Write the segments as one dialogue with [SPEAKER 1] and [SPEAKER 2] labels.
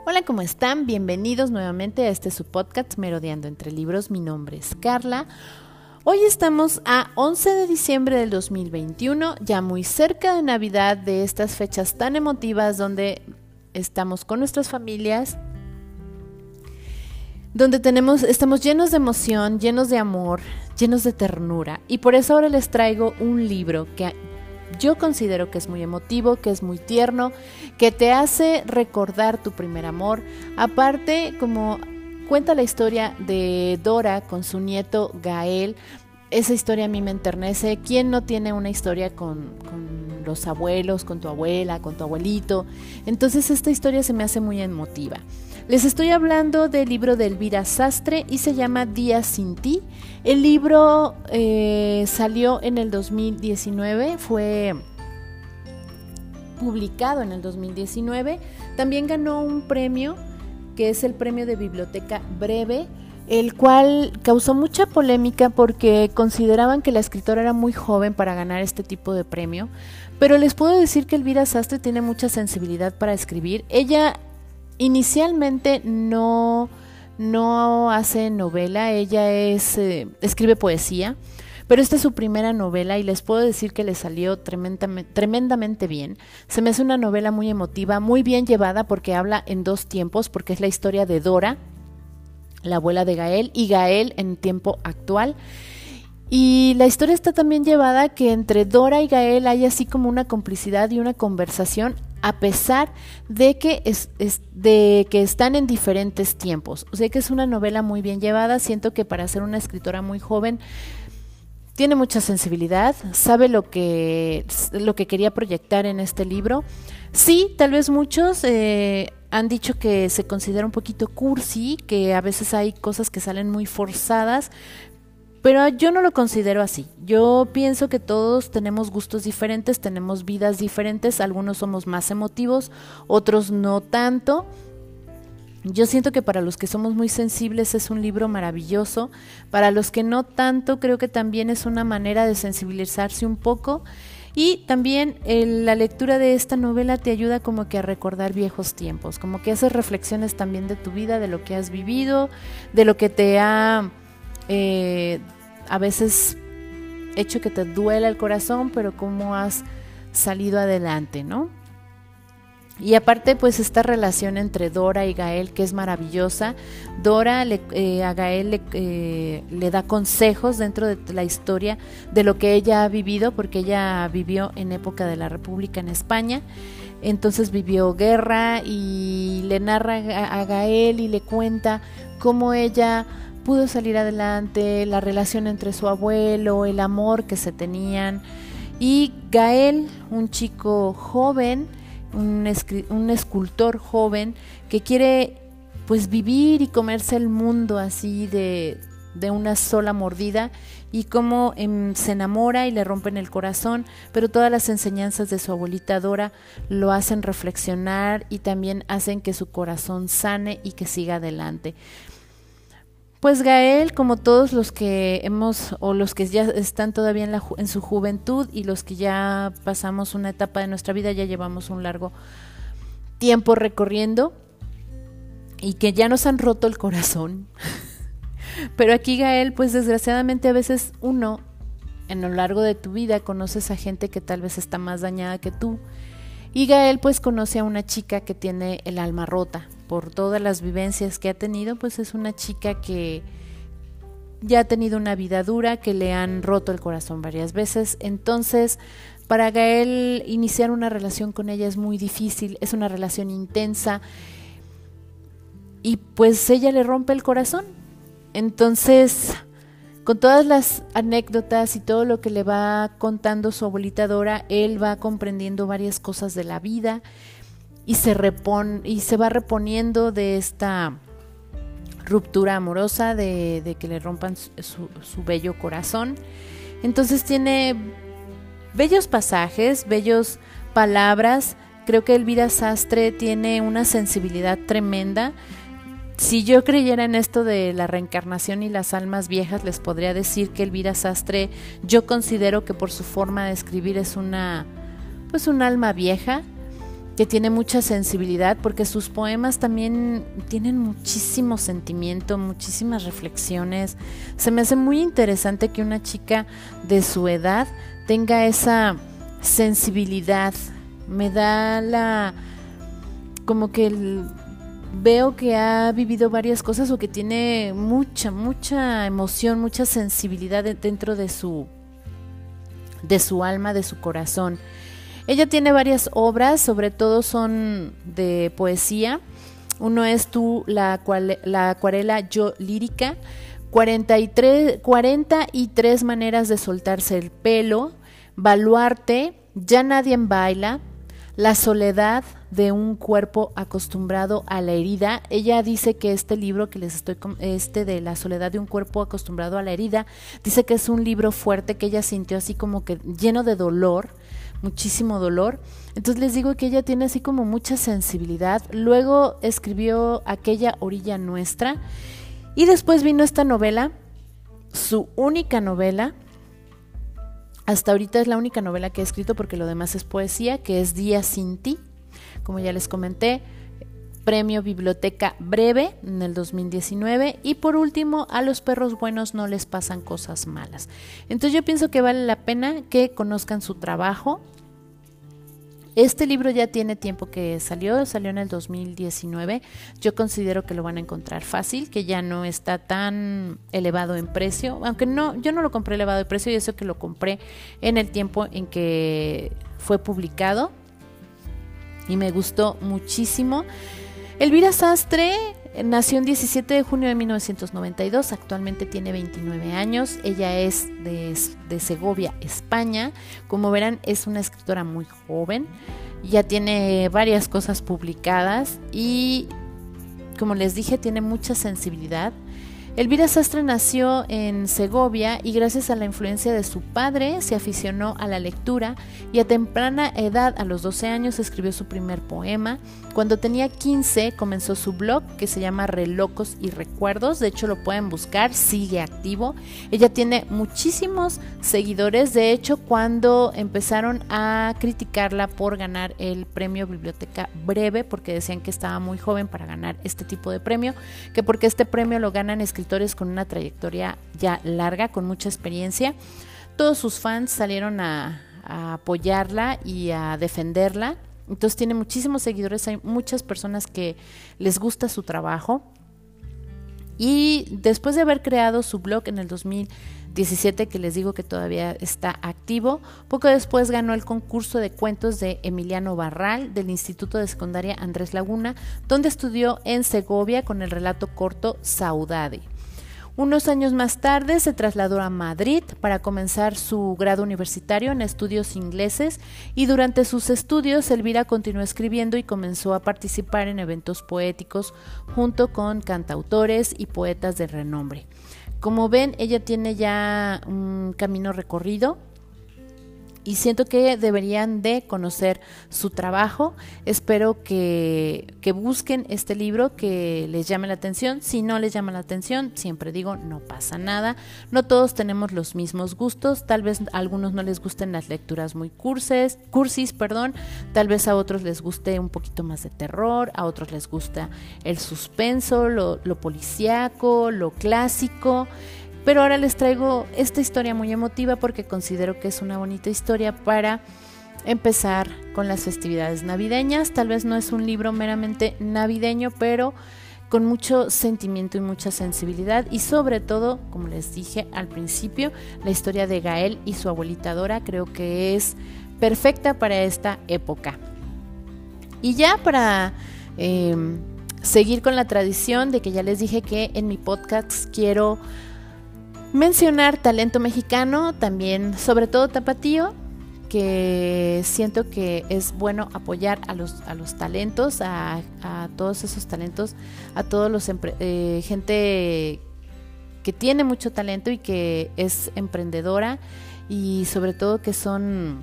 [SPEAKER 1] Hola, ¿cómo están? Bienvenidos nuevamente a su podcast Merodeando entre Libros. Mi nombre es Carla. Hoy estamos a 11 de diciembre del 2021, ya muy cerca de Navidad, de estas fechas tan emotivas donde estamos con nuestras familias, donde estamos llenos de emoción, llenos de amor, llenos de ternura. Y por eso ahora les traigo un libro que yo considero que es muy emotivo, que es muy tierno, que te hace recordar tu primer amor. Aparte, como cuenta la historia de Dora con su nieto Gael, esa historia a mí me enternece. ¿Quién no tiene una historia con los abuelos, con tu abuela, con tu abuelito? Entonces esta historia se me hace muy emotiva. Les estoy hablando del libro de Elvira Sastre y se llama Días sin ti. El libro salió en el 2019, fue publicado en el 2019. También ganó un premio, que es el premio de Biblioteca Breve, el cual causó mucha polémica porque consideraban que la escritora era muy joven para ganar este tipo de premio. Pero les puedo decir que Elvira Sastre tiene mucha sensibilidad para escribir. Ella inicialmente no hace novela, ella escribe poesía, pero esta es su primera novela y les puedo decir que le salió tremendamente bien. Se me hace una novela muy emotiva, muy bien llevada porque habla en dos tiempos, porque es la historia de Dora, la abuela de Gael, y Gael en tiempo actual. Y la historia está también llevada que entre Dora y Gael hay así como una complicidad y una conversación, a pesar de que están en diferentes tiempos. O sea que es una novela muy bien llevada. Siento que para ser una escritora muy joven tiene mucha sensibilidad, sabe lo que quería proyectar en este libro. Sí, tal vez muchos han dicho que se considera un poquito cursi, que a veces hay cosas que salen muy forzadas, pero yo no lo considero así. Yo pienso que todos tenemos gustos diferentes, tenemos vidas diferentes, algunos somos más emotivos, otros no tanto. Yo siento que para los que somos muy sensibles es un libro maravilloso, para los que no tanto creo que también es una manera de sensibilizarse un poco, y también la lectura de esta novela te ayuda como que a recordar viejos tiempos, como que haces reflexiones también de tu vida, de lo que has vivido, de lo que te ha a veces hecho que te duela el corazón, pero cómo has salido adelante, ¿no? Y aparte pues esta relación entre Dora y Gael, que es maravillosa. Dora a Gael le da consejos dentro de la historia de lo que ella ha vivido, porque ella vivió en época de la República en España. Entonces vivió guerra y le narra a Gael y le cuenta cómo ella pudo salir adelante, la relación entre su abuelo, el amor que se tenían. Y Gael, un chico joven, un escultor joven que quiere pues vivir y comerse el mundo así de una sola mordida, y cómo se enamora y le rompen el corazón, pero todas las enseñanzas de su abuelita Dora lo hacen reflexionar y también hacen que su corazón sane y que siga adelante. Pues Gael, como todos los que los que ya están todavía en su juventud y los que ya pasamos una etapa de nuestra vida, ya llevamos un largo tiempo recorriendo y que ya nos han roto el corazón. Pero aquí Gael, pues desgraciadamente a veces uno, en lo largo de tu vida, conoces a gente que tal vez está más dañada que tú. Y Gael pues conoce a una chica que tiene el alma rota por todas las vivencias que ha tenido. Pues es una chica que ya ha tenido una vida dura, que le han roto el corazón varias veces. Entonces para Gael iniciar una relación con ella es muy difícil, es una relación intensa y pues ella le rompe el corazón. Entonces, con todas las anécdotas y todo lo que le va contando su abuelita Dora, él va comprendiendo varias cosas de la vida y se va reponiendo de esta ruptura amorosa, de que le rompan su bello corazón. Entonces tiene bellos pasajes, bellos palabras. Creo que Elvira Sastre tiene una sensibilidad tremenda. Si yo creyera en esto de la reencarnación y las almas viejas, les podría decir que Elvira Sastre, yo considero que por su forma de escribir es un alma vieja, que tiene mucha sensibilidad, porque sus poemas también tienen muchísimo sentimiento, muchísimas reflexiones. Se me hace muy interesante que una chica de su edad tenga esa sensibilidad. Me da como que veo que ha vivido varias cosas, o que tiene mucha emoción, mucha sensibilidad dentro de su alma, de su corazón. Ella tiene varias obras, sobre todo son de poesía. Uno es la acuarela Yo lírica, 43 maneras de soltarse el pelo, Baluarte, Ya nadie baila, La soledad de un cuerpo acostumbrado a la herida. Ella dice que este libro que de La soledad de un cuerpo acostumbrado a la herida, dice que es un libro fuerte, que ella sintió así como que lleno de dolor, muchísimo dolor. Entonces les digo que ella tiene así como mucha sensibilidad. Luego escribió Aquella orilla nuestra, y después vino esta novela, su única novela. Hasta ahorita es la única novela que he escrito, porque lo demás es poesía, que es Días sin ti. Como ya les comenté, premio Biblioteca Breve en el 2019. Y por último, A los perros buenos no les pasan cosas malas. Entonces yo pienso que vale la pena que conozcan su trabajo. Este libro ya tiene tiempo que salió en el 2019. Yo considero que lo van a encontrar fácil, que ya no está tan elevado en precio, aunque yo no lo compré elevado de precio, y eso que lo compré en el tiempo en que fue publicado, y me gustó muchísimo. Elvira Sastre nació el 17 de junio de 1992, actualmente tiene 29 años, ella es de Segovia, España. Como verán, es una escritora muy joven, ya tiene varias cosas publicadas y, como les dije, tiene mucha sensibilidad. Elvira Sastre nació en Segovia y gracias a la influencia de su padre se aficionó a la lectura, y a temprana edad, a los 12 años, escribió su primer poema. Cuando tenía 15 comenzó su blog, que se llama Relocos y Recuerdos. De hecho lo pueden buscar, sigue activo. Ella tiene muchísimos seguidores. De hecho, cuando empezaron a criticarla por ganar el premio Biblioteca Breve, porque decían que estaba muy joven para ganar este tipo de premio, que porque este premio lo ganan escritores con una trayectoria ya larga, con mucha experiencia, todos sus fans salieron a apoyarla y a defenderla. Entonces tiene muchísimos seguidores, hay muchas personas que les gusta su trabajo. Y después de haber creado su blog en el 2017, que les digo que todavía está activo, poco después ganó el concurso de cuentos de Emiliano Barral del Instituto de Secundaria Andrés Laguna, donde estudió en Segovia con el relato corto Saudade. Unos años más tarde se trasladó a Madrid para comenzar su grado universitario en estudios ingleses, y durante sus estudios Elvira continuó escribiendo y comenzó a participar en eventos poéticos junto con cantautores y poetas de renombre. Como ven, ella tiene ya un camino recorrido, y siento que deberían de conocer su trabajo. Espero que busquen este libro, que les llame la atención. Si no les llama la atención, siempre digo, no pasa nada. No todos tenemos los mismos gustos. Tal vez a algunos no les gusten las lecturas muy cursis, tal vez a otros les guste un poquito más de terror, a otros les gusta el suspenso, lo policíaco, lo clásico. Pero ahora les traigo esta historia muy emotiva, porque considero que es una bonita historia para empezar con las festividades navideñas. Tal vez no es un libro meramente navideño, pero con mucho sentimiento y mucha sensibilidad, y sobre todo, como les dije al principio, la historia de Gael y su abuelita Dora creo que es perfecta para esta época. Y ya para seguir con la tradición de que ya les dije que en mi podcast quiero mencionar talento mexicano, también sobre todo tapatío, que siento que es bueno apoyar a los talentos, a todos esos talentos, a todos los gente que tiene mucho talento y que es emprendedora, y sobre todo que son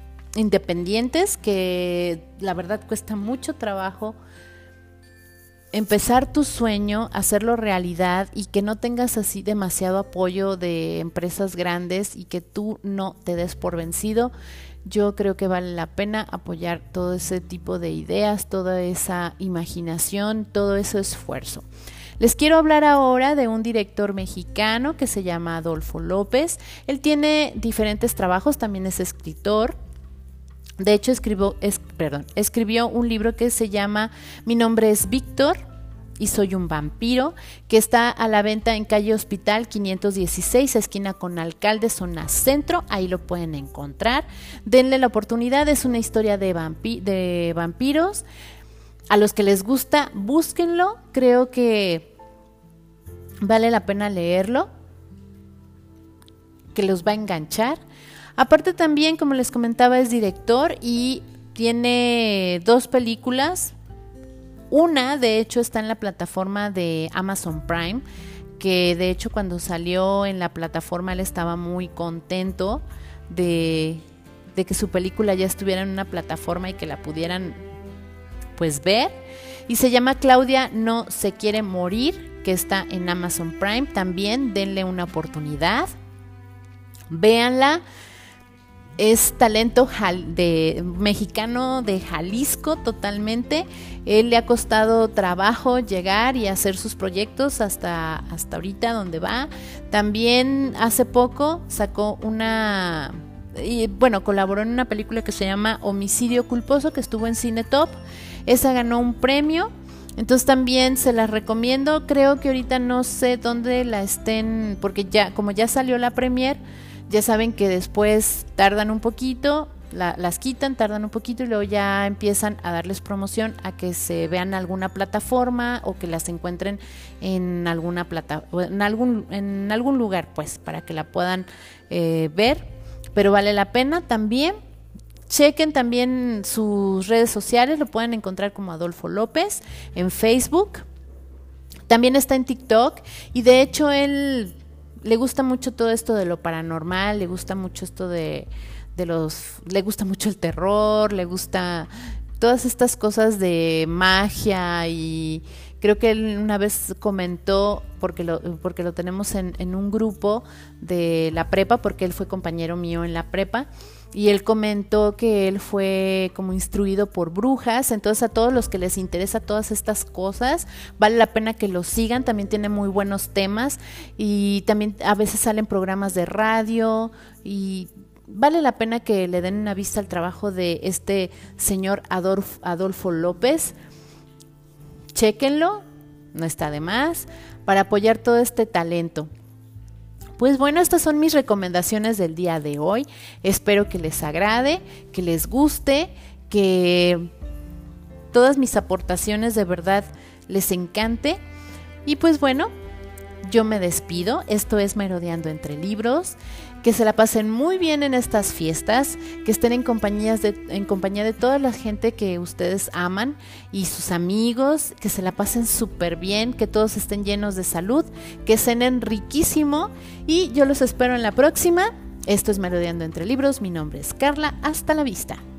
[SPEAKER 1] independientes, que la verdad cuesta mucho trabajo empezar tu sueño, hacerlo realidad y que no tengas así demasiado apoyo de empresas grandes y que tú no te des por vencido, yo creo que vale la pena apoyar todo ese tipo de ideas, toda esa imaginación, todo ese esfuerzo. Les quiero hablar ahora de un director mexicano que se llama Adolfo López. Él tiene diferentes trabajos, también es escritor. De hecho, escribió un libro que se llama Mi nombre es Víctor y soy un vampiro, que está a la venta en calle Hospital 516, esquina con Alcalde, zona centro. Ahí lo pueden encontrar. Denle la oportunidad, es una historia de vampiros. A los que les gusta, búsquenlo. Creo que vale la pena leerlo, que los va a enganchar. Aparte también, como les comentaba, es director y tiene 2 películas. Una, de hecho, está en la plataforma de Amazon Prime, que de hecho cuando salió en la plataforma él estaba muy contento de que su película ya estuviera en una plataforma y que la pudieran pues ver. Y se llama Claudia no se quiere morir, que está en Amazon Prime. También denle una oportunidad, véanla. Es talento mexicano de Jalisco totalmente. Él le ha costado trabajo llegar y hacer sus proyectos hasta ahorita donde va. También hace poco sacó colaboró en una película que se llama Homicidio Culposo, que estuvo en Cinetop. Esa ganó un premio. Entonces también se las recomiendo. Creo que ahorita no sé dónde la estén, porque como ya salió la premier, ya saben que después tardan un poquito, las quitan, tardan un poquito y luego ya empiezan a darles promoción a que se vean en alguna plataforma o que las encuentren en alguna en algún lugar, pues, para que la puedan ver. Pero vale la pena también. Chequen también sus redes sociales, lo pueden encontrar como Adolfo López en Facebook. También está en TikTok y de hecho él le gusta mucho todo esto de lo paranormal, le gusta mucho esto le gusta mucho el terror, le gusta todas estas cosas de magia. Y creo que él una vez comentó, porque lo tenemos en un grupo de la prepa, porque él fue compañero mío en la prepa, y él comentó que él fue como instruido por brujas. Entonces a todos los que les interesa todas estas cosas, vale la pena que lo sigan. También tiene muy buenos temas y también a veces salen programas de radio y vale la pena que le den una vista al trabajo de este señor Adolfo López. Chéquenlo, no está de más, para apoyar todo este talento. Pues bueno, estas son mis recomendaciones del día de hoy. Espero que les agrade, que les guste, que todas mis aportaciones de verdad les encante. Y pues bueno, yo me despido. Esto es Merodeando entre Libros. Que se la pasen muy bien en estas fiestas, que estén en compañía de toda la gente que ustedes aman y sus amigos, que se la pasen súper bien, que todos estén llenos de salud, que cenen riquísimo y yo los espero en la próxima. Esto es Merodeando entre Libros, mi nombre es Carla, hasta la vista.